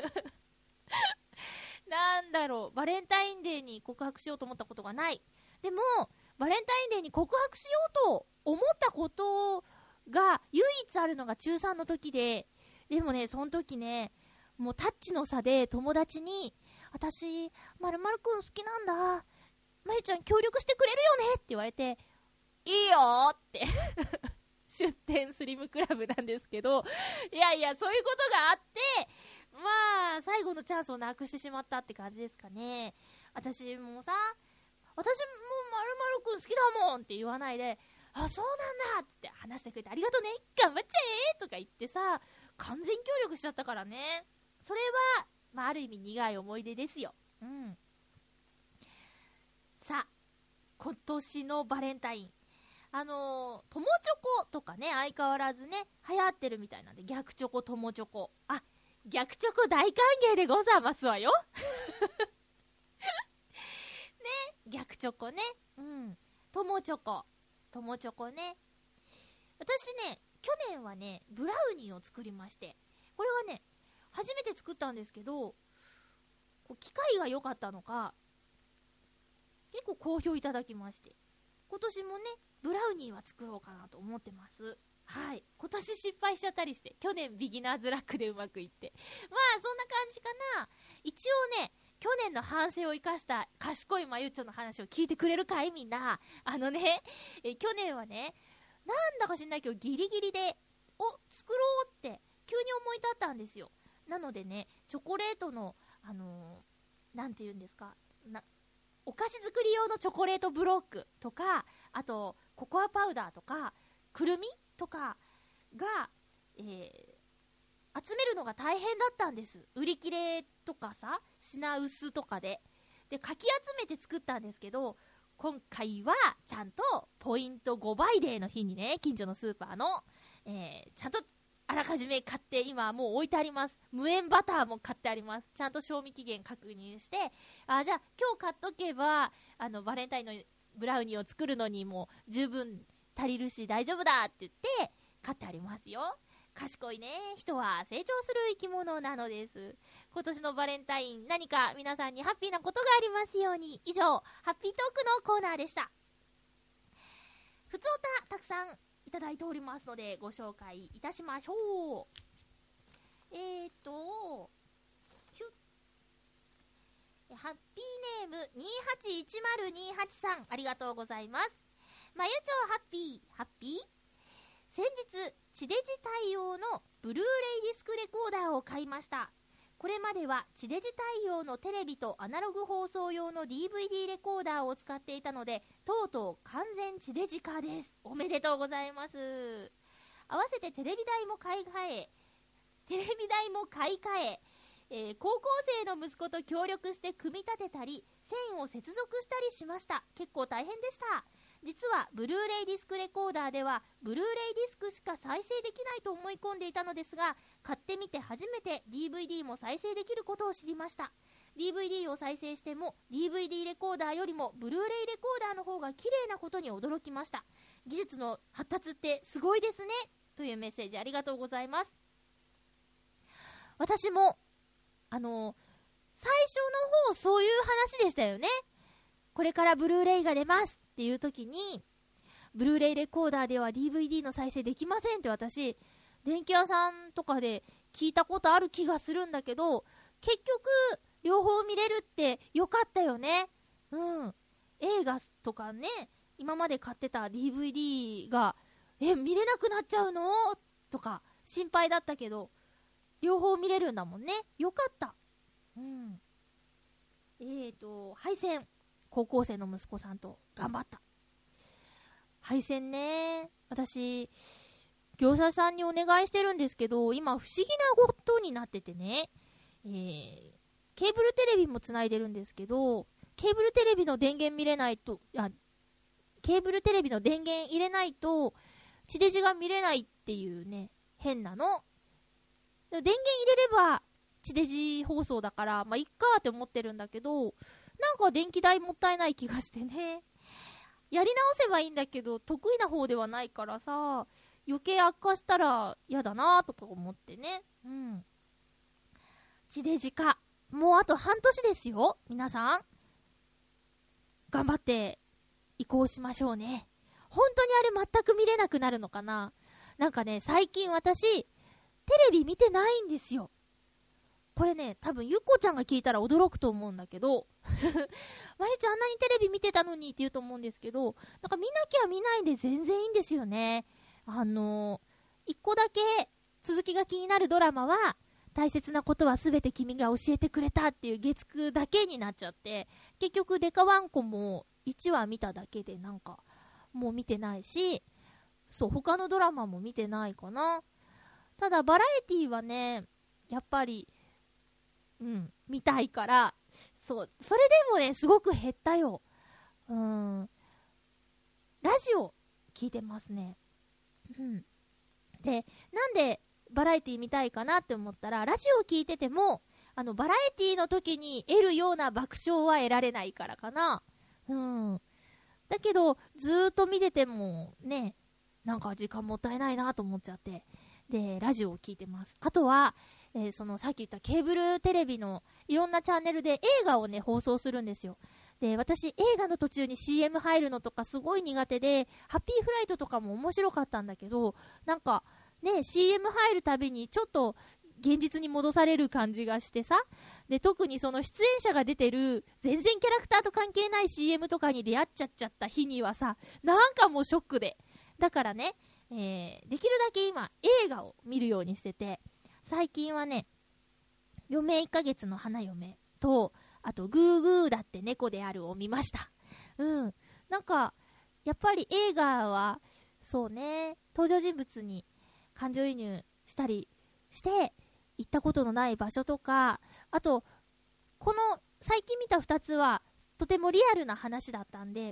なんだろう、バレンタインデーに告白しようと思ったことがない。でもバレンタインデーに告白しようと思ったことが唯一あるのがちゅうさんの時で、でもね、その時ね、もうタッチの差で友達に、私〇〇くん好きなんだ、まゆちゃん協力してくれるよねって言われて、いいよーって出店スリムクラブなんですけど、いやいやそういうことがあって、まあ最後のチャンスをなくしてしまったって感じですかね。私もさ、私も〇〇くん好きだもんって言わないで、あ、そうなんだって話してくれてありがとうね、頑張っちゃえとか言ってさ、完全協力しちゃったからね。それは、まあ、ある意味苦い思い出ですよ。うん。さあ、今年のバレンタイン、あのー、友チョコとかね、相変わらずね流行ってるみたいなんで、逆チョコ、友チョコ、あ、逆チョコ大歓迎でございますわよね逆チョコね。うん。友チョコ。友チョコね。私ね、去年はね、ブラウニーを作りまして、これはね、初めて作ったんですけど、こう機械が良かったのか、結構好評いただきまして、今年もね、ブラウニーは作ろうかなと思ってます。はい。今年失敗しちゃったりして、去年ビギナーズラックでうまくいって。まあ、そんな感じかな。一応ね、去年の反省を生かした賢いまゆっちょの話を聞いてくれるかいみんな。あのね、え去年はね、なんだか知んないけどギリギリで、お、作ろうって急に思い立ったんですよ。なのでね、チョコレートの、あのー、なんて言うんですか、な、お菓子作り用のチョコレートブロックとか、あと、ココアパウダーとか、くるみとかが、えー、集めるのが大変だったんです。売り切れとかさ、品薄とかで。で、かき集めて作ったんですけど、今回はちゃんとポイントごばいデーの日にね、近所のスーパーの、えー、ちゃんとあらかじめ買って今もう置いてあります。無塩バターも買ってあります。ちゃんと賞味期限確認して、あ、じゃあ今日買っとけば、あの、バレンタインのブラウニーを作るのにも十分足りるし大丈夫だって言って買ってありますよ。賢いね。人は成長する生き物なのです。今年のバレンタイン、何か皆さんにハッピーなことがありますように。以上、ハッピートークのコーナーでした。ふつおたたくさんいただいておりますのでご紹介いたしましょう。えーとひゅハッピーネームにーはちいちまるにーはちさん、ありがとうございます。まゆちょハッピーハッピー。先日地デジ対応のブルーレイディスクレコーダーを買いました。これまでは地デジ対応のテレビとアナログ放送用の ディーブイディー レコーダーを使っていたので、とうとう完全地デジ化です。おめでとうございます。合わせてテレビ台も買い替えテレビ台も買い替ええー、高校生の息子と協力して組み立てたり線を接続したりしました。結構大変でした。実はブルーレイディスクレコーダーではブルーレイディスクしか再生できないと思い込んでいたのですが、買ってみて初めて ディーブイディー も再生できることを知りました。 ディーブイディー を再生しても ディーブイディー レコーダーよりもブルーレイレコーダーの方が綺麗なことに驚きました。技術の発達ってすごいですね、というメッセージありがとうございます。私もあの最初の方そういう話でしたよね。これからブルーレイが出ますっていう時に、ブルーレイレコーダーでは ディーブイディー の再生できませんって私電気屋さんとかで聞いたことある気がするんだけど、結局両方見れるってよかったよね。うん。映画とかね、今まで買ってた ディーブイディー がえ見れなくなっちゃうのとか心配だったけど、両方見れるんだもんね。よかった。うん。えーと配線、高校生の息子さんと頑張った。配線ね、私業者さんにお願いしてるんですけど、今不思議なことになっててね、えー、ケーブルテレビもつないでるんですけど、ケーブルテレビの電源見れないと、あ、ケーブルテレビの電源入れないと地デジが見れないっていうね、変なの。電源入れれば地デジ放送だからまあいっかって思ってるんだけど、なんか電気代もったいない気がしてね、やり直せばいいんだけど得意な方ではないからさ、余計悪化したら嫌だなとか思ってね。うん。地デジ化もうあと半年ですよ。皆さん頑張って移行しましょうね。本当にあれ全く見れなくなるのかな。なんかね、最近私テレビ見てないんですよ。これね、多分ゆっこちゃんが聞いたら驚くと思うんだけどまゆちゃんあんなにテレビ見てたのにって言うと思うんですけど、なんか見なきゃ見ないで全然いいんですよね。あのー、一個だけ続きが気になるドラマは大切なことはすべて君が教えてくれたっていう月くだけになっちゃって、結局デカワンコもいちわ見ただけでなんかもう見てないし、そう他のドラマも見てないかな。ただバラエティはね、やっぱりうん見たいから、そうそれでもねすごく減ったよ。うーんラジオ聞いてますね。うん。で、なんでバラエティ見たいかなって思ったら、ラジオ聞いててもあのバラエティの時に得るような爆笑は得られないからかな。 うん。だけど、ずーっと見てても、ね、なんか時間もったいないなと思っちゃって。で、ラジオを聞いてます。あとは、えー、そのさっき言ったケーブルテレビのいろんなチャンネルで映画をね、放送するんですよ。で、私、映画の途中に シーエム 入るのとかすごい苦手で、ハッピーフライトとかも面白かったんだけど、なんか、ね、シーエム 入るたびにちょっと現実に戻される感じがしてさ、で、特にその出演者が出てる全然キャラクターと関係ない シーエム とかに出会っちゃっちゃった日にはさ、なんかもうショックで。だからね、えー、できるだけ今映画を見るようにしてて、最近はね、余命いっかげつの花嫁と、あとグーグーだって猫であるを見ました。うん。なんか、やっぱり映画は、そうね、登場人物に感情移入したりして、行ったことのない場所とか、あと、この最近見たふたつは、とてもリアルな話だったんで、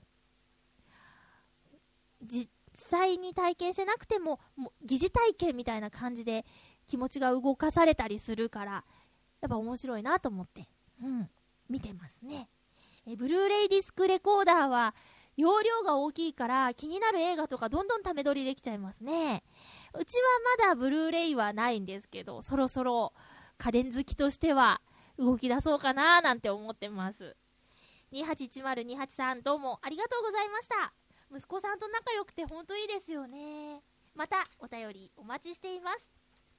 実際に体験してなくても、もう疑似体験みたいな感じで気持ちが動かされたりするから、やっぱ面白いなと思って、うん、見てますね。えブルーレイディスクレコーダーは容量が大きいから気になる映画とかどんどんため撮りできちゃいますね。うちはまだブルーレイはないんですけど、そろそろ家電好きとしては動き出そうかななんて思ってます。にはちいちまるにはちさんどうもありがとうございました。息子さんと仲良くてほんといいですよね。またお便りお待ちしています。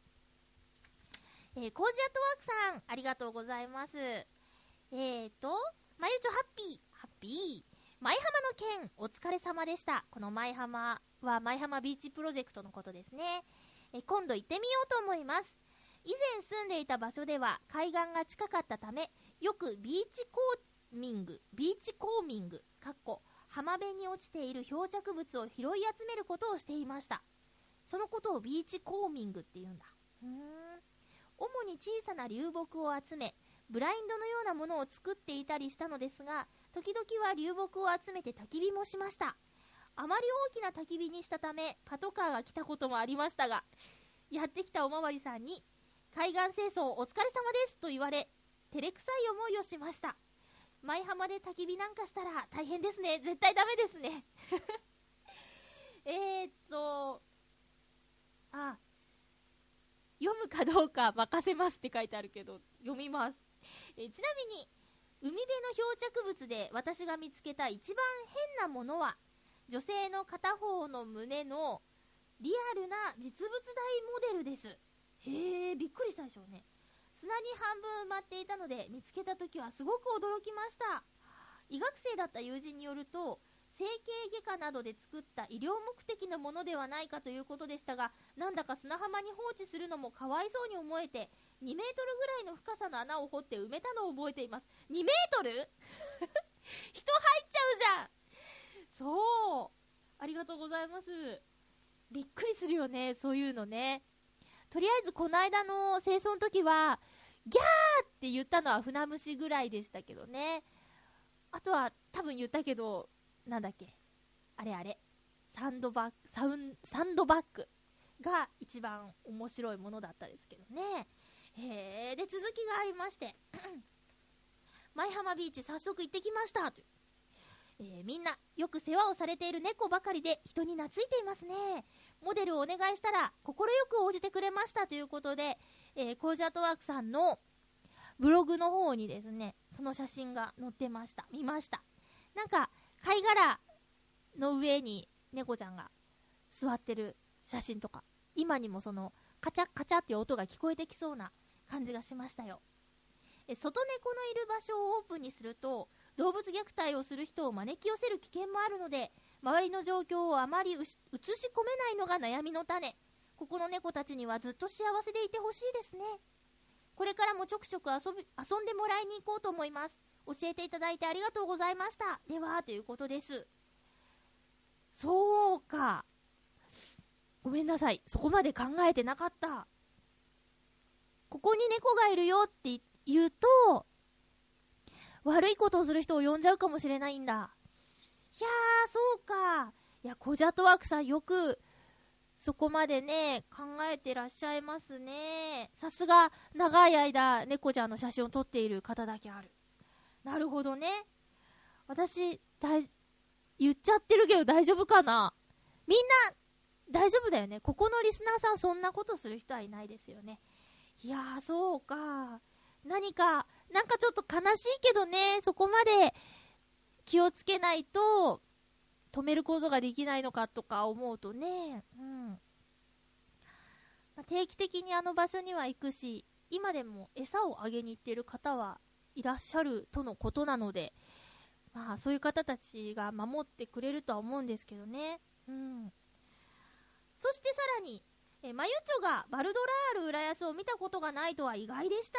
えー、コージアットワークさんありがとうございます。えーとまゆちょハッピーハッピー舞浜の件お疲れ様でした。この舞浜は舞浜ビーチプロジェクトのことですね。え今度行ってみようと思います。以前住んでいた場所では海岸が近かったため、よくビーチコーミングビーチコーミングかっこ浜辺に落ちている漂着物を拾い集めることをしていました。そのことをビーチコーミングって言うんだ。うーん、主に小さな流木を集め、ブラインドのようなものを作っていたりしたのですが、時々は流木を集めて焚き火もしました。あまり大きな焚き火にしたためパトカーが来たこともありましたが、やってきたおまわりさんに海岸清掃お疲れ様ですと言われ、照れくさい思いをしました。舞浜で焚き火なんかしたら大変ですね。絶対ダメですねえーっとあ読むかどうか任せますって書いてあるけど、読みます。えちなみに海辺の漂着物で私が見つけた一番変なものは、女性の片方の胸のリアルな実物大モデルです。へー、びっくりしたでしょうね。砂に半分埋まっていたので見つけたときはすごく驚きました。医学生だった友人によると、整形外科などで作った医療目的のものではないかということでしたが、なんだか砂浜に放置するのもかわいそうに思えて、にメートルぐらいの深さの穴を掘って埋めたのを覚えています。にメートル人入っちゃうじゃん。そう、ありがとうございます。びっくりするよね、そういうのね。とりあえずこの間の清掃の時はギャーって言ったのは船虫ぐらいでしたけどね。あとは多分言ったけど、なんだっけ、あれあれサンドバッグサウンサンドバッグが一番面白いものだったですけどね。へー、で続きがありまして舞浜ビーチ早速行ってきましたと、えー、みんなよく世話をされている猫ばかりで人に懐いていますね。モデルをお願いしたら快く応じてくれましたということで、えー、コージアットワークさんのブログの方にですね、その写真が載ってました。見ました。なんか貝殻の上に猫ちゃんが座ってる写真とか、今にもそのカチャカチャっていう音が聞こえてきそうな感じがしましたよ。え外猫のいる場所をオープンにすると動物虐待をする人を招き寄せる危険もあるので、周りの状況をあまり映し込めないのが悩みの種。ここの猫たちにはずっと幸せでいてほしいですね。これからもちょくちょく遊び遊んでもらいに行こうと思います。教えていただいてありがとうございました。ではということです。そうか、ごめんなさい、そこまで考えてなかった。ここに猫がいるよって言うと悪いことをする人を呼んじゃうかもしれないんだ。いやー、そうか。いや、コジャットワークさんよくそこまでね考えてらっしゃいますね。さすが長い間猫ちゃんの写真を撮っている方だけある。なるほどね。私だい言っちゃってるけど大丈夫かな。みんな大丈夫だよね。ここのリスナーさんそんなことする人はいないですよね。いやー、そうか。何かなんかちょっと悲しいけどね、そこまで気をつけないと止めることができないのかとか思うとね、うん、まあ、定期的にあの場所には行くし、今でも餌をあげに行っている方はいらっしゃるとのことなので、まあそういう方たちが守ってくれるとは思うんですけどね。うん。そしてさらに、えマユチョがバルドラール浦安を見たことがないとは意外でした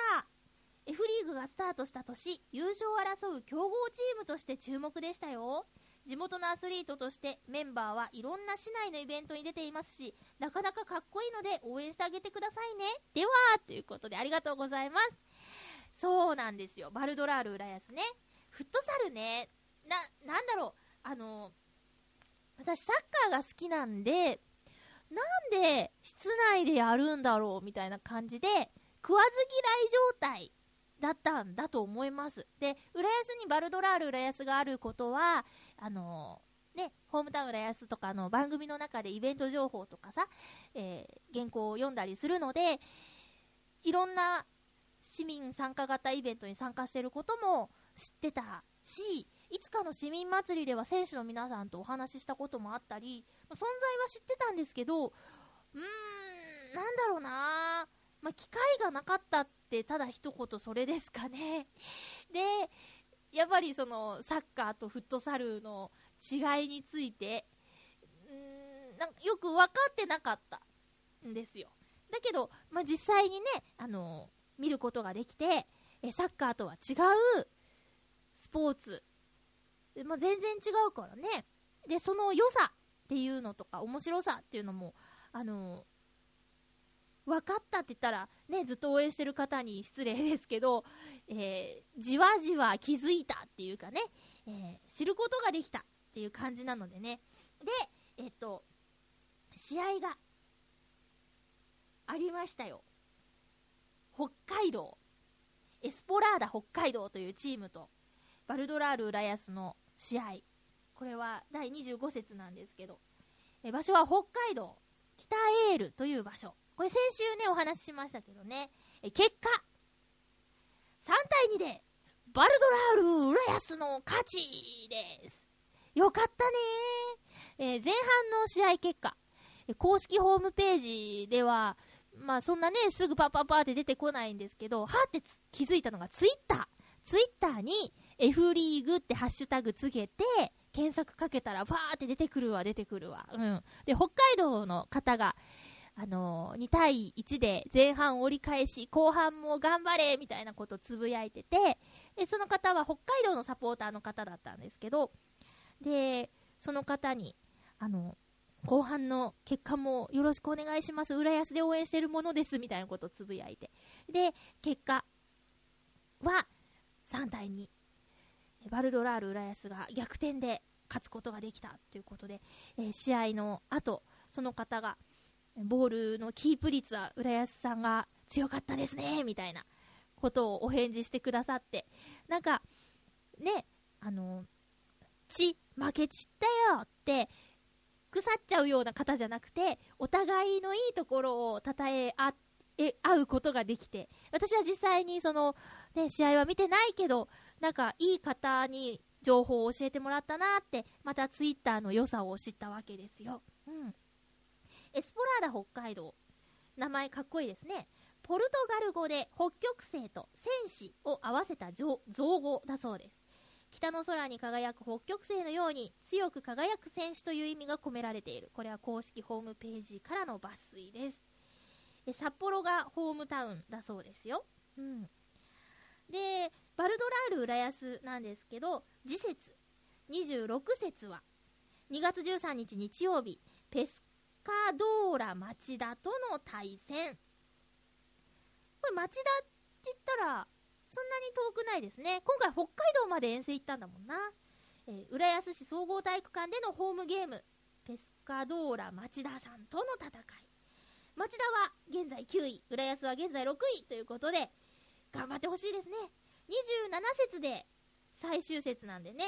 。F リーグがスタートした年、優勝を争う強豪チームとして注目でしたよ。地元のアスリートとしてメンバーはいろんな市内のイベントに出ていますし、なかなかかっこいいので応援してあげてくださいね。ではということでありがとうございます。そうなんですよ、バルドラール浦安ね。フットサルね、な、なんだろう、あの私サッカーが好きなんで、なんで室内でやるんだろうみたいな感じで食わず嫌い状態だったんだと思います。で、浦安にバルドラール浦安があることは、あのー、ね、ホームタウン浦安とかの番組の中でイベント情報とかさ、えー、原稿を読んだりするので、いろんな市民参加型イベントに参加していることも知ってたし、いつかの市民祭りでは選手の皆さんとお話ししたこともあったり、存在は知ってたんですけど、うーん、なんだろうな、まあ、機会がなかったってただ一言それですかね。で、やっぱりそのサッカーとフットサルの違いについて、うーん、なんかよく分かってなかったんですよ。だけど、まあ、実際にね、あの見ることができて、えサッカーとは違うスポーツ、まあ、全然違うからね。で、その良さっていうのとか面白さっていうのも、あの分かったって言ったらね、ずっと応援してる方に失礼ですけど、えー、じわじわ気づいたっていうかね、えー、知ることができたっていう感じなのでね。で、えっと試合がありましたよ。北海道エスポラーダ北海道というチームとバルドラール浦安の試合、これはだいにじゅうご節なんですけど、え場所は北海道北エールという場所。これ先週ねお話ししましたけどね、え結果さんたいにでバルドラール浦安の勝ちです。よかったねー。えー、前半の試合結果、公式ホームページではまあそんなねすぐパッパッパーって出てこないんですけど、はーって気づいたのがツイッターツイッターに F リーグってハッシュタグつけて検索かけたらファーって出てくるわ出てくるわ、うん、で北海道の方があのー、にたいいちで前半折り返し後半も頑張れみたいなことをつぶやいてて、でその方は北海道のサポーターの方だったんですけど、でその方にあの後半の結果もよろしくお願いします、浦安で応援してるものですみたいなことをつぶやいて、で結果はさんたいにバルドラール浦安が逆転で勝つことができたということで、えー、試合の後その方がボールのキープ率は浦安さんが強かったですねみたいなことをお返事してくださって、なんかね、あのち負けちったよって腐っちゃうような方じゃなくて、お互いのいいところを称え合え合うことができて、私は実際にその、ね、試合は見てないけど、なんかいい方に情報を教えてもらったなって、またツイッターの良さを知ったわけですよ。うん、エスポラーダ北海道、名前かっこいいですね。ポルトガル語で北極星と戦士を合わせた造語だそうです。北の空に輝く北極星のように強く輝く戦士という意味が込められている。これは公式ホームページからの抜粋です。で札幌がホームタウンだそうですよ。うん、でバルドラール浦安なんですけど、次節にじゅうろく節はにがつじゅうさんにち日曜日、ペスカドーラ町田との対戦。これ町田って言ったらそんなに遠くないですね。今回北海道まで遠征行ったんだもんな。えー、浦安市総合体育館でのホームゲーム、ペスカドーラ町田さんとの戦い。町田は現在きゅうい、浦安は現在ろくいということで頑張ってほしいですね。にじゅうなな節で最終節なんでね、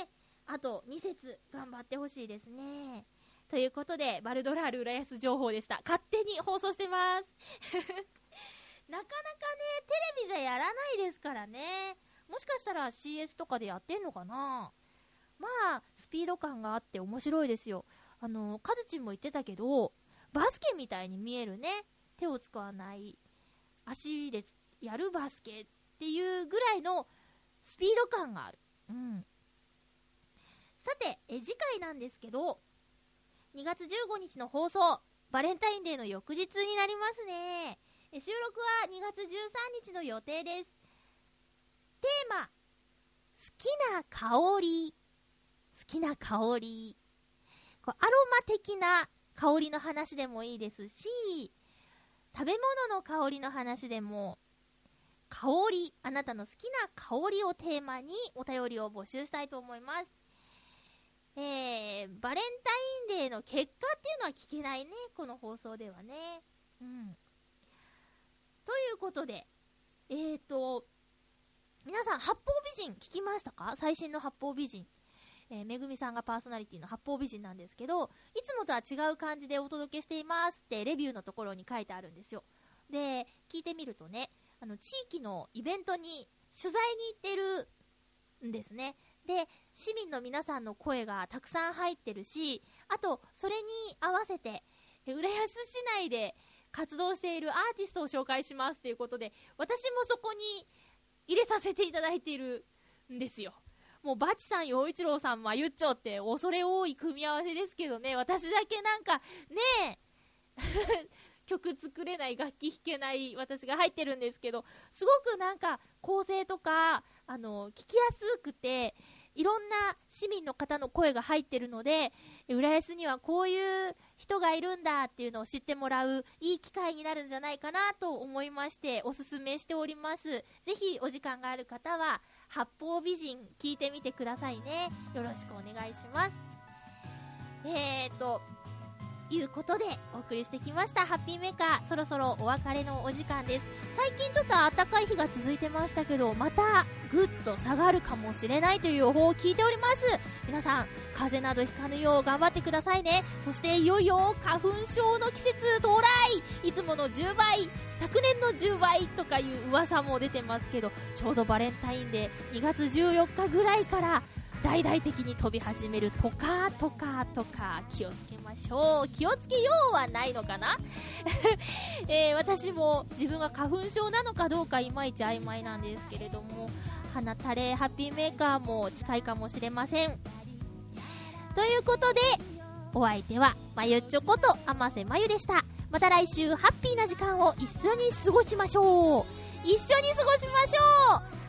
あとに節頑張ってほしいですね。ということで、バルドラール浦安情報でした。勝手に放送してますなかなかね、テレビじゃやらないですからね。もしかしたら シーエス とかでやってんのかな。まあスピード感があって面白いですよ。あのカズチンも言ってたけど、バスケみたいに見えるね。手を使わない足でやるバスケっていうぐらいのスピード感がある。うん。さてえ次回なんですけど、にがつじゅうごにちの放送、バレンタインデーの翌日になりますね。え収録はにがつじゅうさんにちの予定です。テーマ、好きな香り。好きな香り。こうアロマ的な香りの話でもいいですし、食べ物の香りの話でも、香り、あなたの好きな香りをテーマにお便りを募集したいと思います。えー、バレンタインデーの結果っていうのは聞けないね、この放送ではね。うん。ということで、えーと、皆さん、八方美人聞きましたか？最新の八方美人。えー、めぐみさんがパーソナリティの八方美人なんですけど、いつもとは違う感じでお届けしていますってレビューのところに書いてあるんですよ。で、聞いてみるとね、あの、地域のイベントに取材に行ってるんですね。で、市民の皆さんの声がたくさん入ってるし、あと、それに合わせて、浦安市内で活動しているアーティストを紹介しますということで、私もそこに入れさせていただいているんですよ。もうバチさん、陽一郎さん、まゆっちょって恐れ多い組み合わせですけどね、私だけなんかねえ曲作れない、楽器弾けない私が入ってるんですけど、すごくなんか構成とかあの聞きやすくて、いろんな市民の方の声が入ってるので、浦安にはこういう人がいるんだっていうのを知ってもらういい機会になるんじゃないかなと思いましておすすめしております。ぜひお時間がある方は八方美人聞いてみてくださいね。よろしくお願いします。えーということでお送りしてきましたハッピーメーカー、そろそろお別れのお時間です。最近ちょっと暖かい日が続いてましたけど、またぐっと下がるかもしれないという予報を聞いております。皆さん風邪などひかぬよう頑張ってくださいね。そしていよいよ花粉症の季節到来、いつものじゅうばい、昨年のじゅうばいとかいう噂も出てますけど、ちょうどバレンタインデーにがつじゅうよっかぐらいから大々的に飛び始めるとかとかとか、気をつけましょう。気をつけようはないのかな、えー、私も自分が花粉症なのかどうかいまいち曖昧なんですけれども、花タレハッピーメーカーも近いかもしれません。ということでお相手はまゆっちょこと天瀬まゆでした。また来週ハッピーな時間を一緒に過ごしましょう。一緒に過ごしましょう。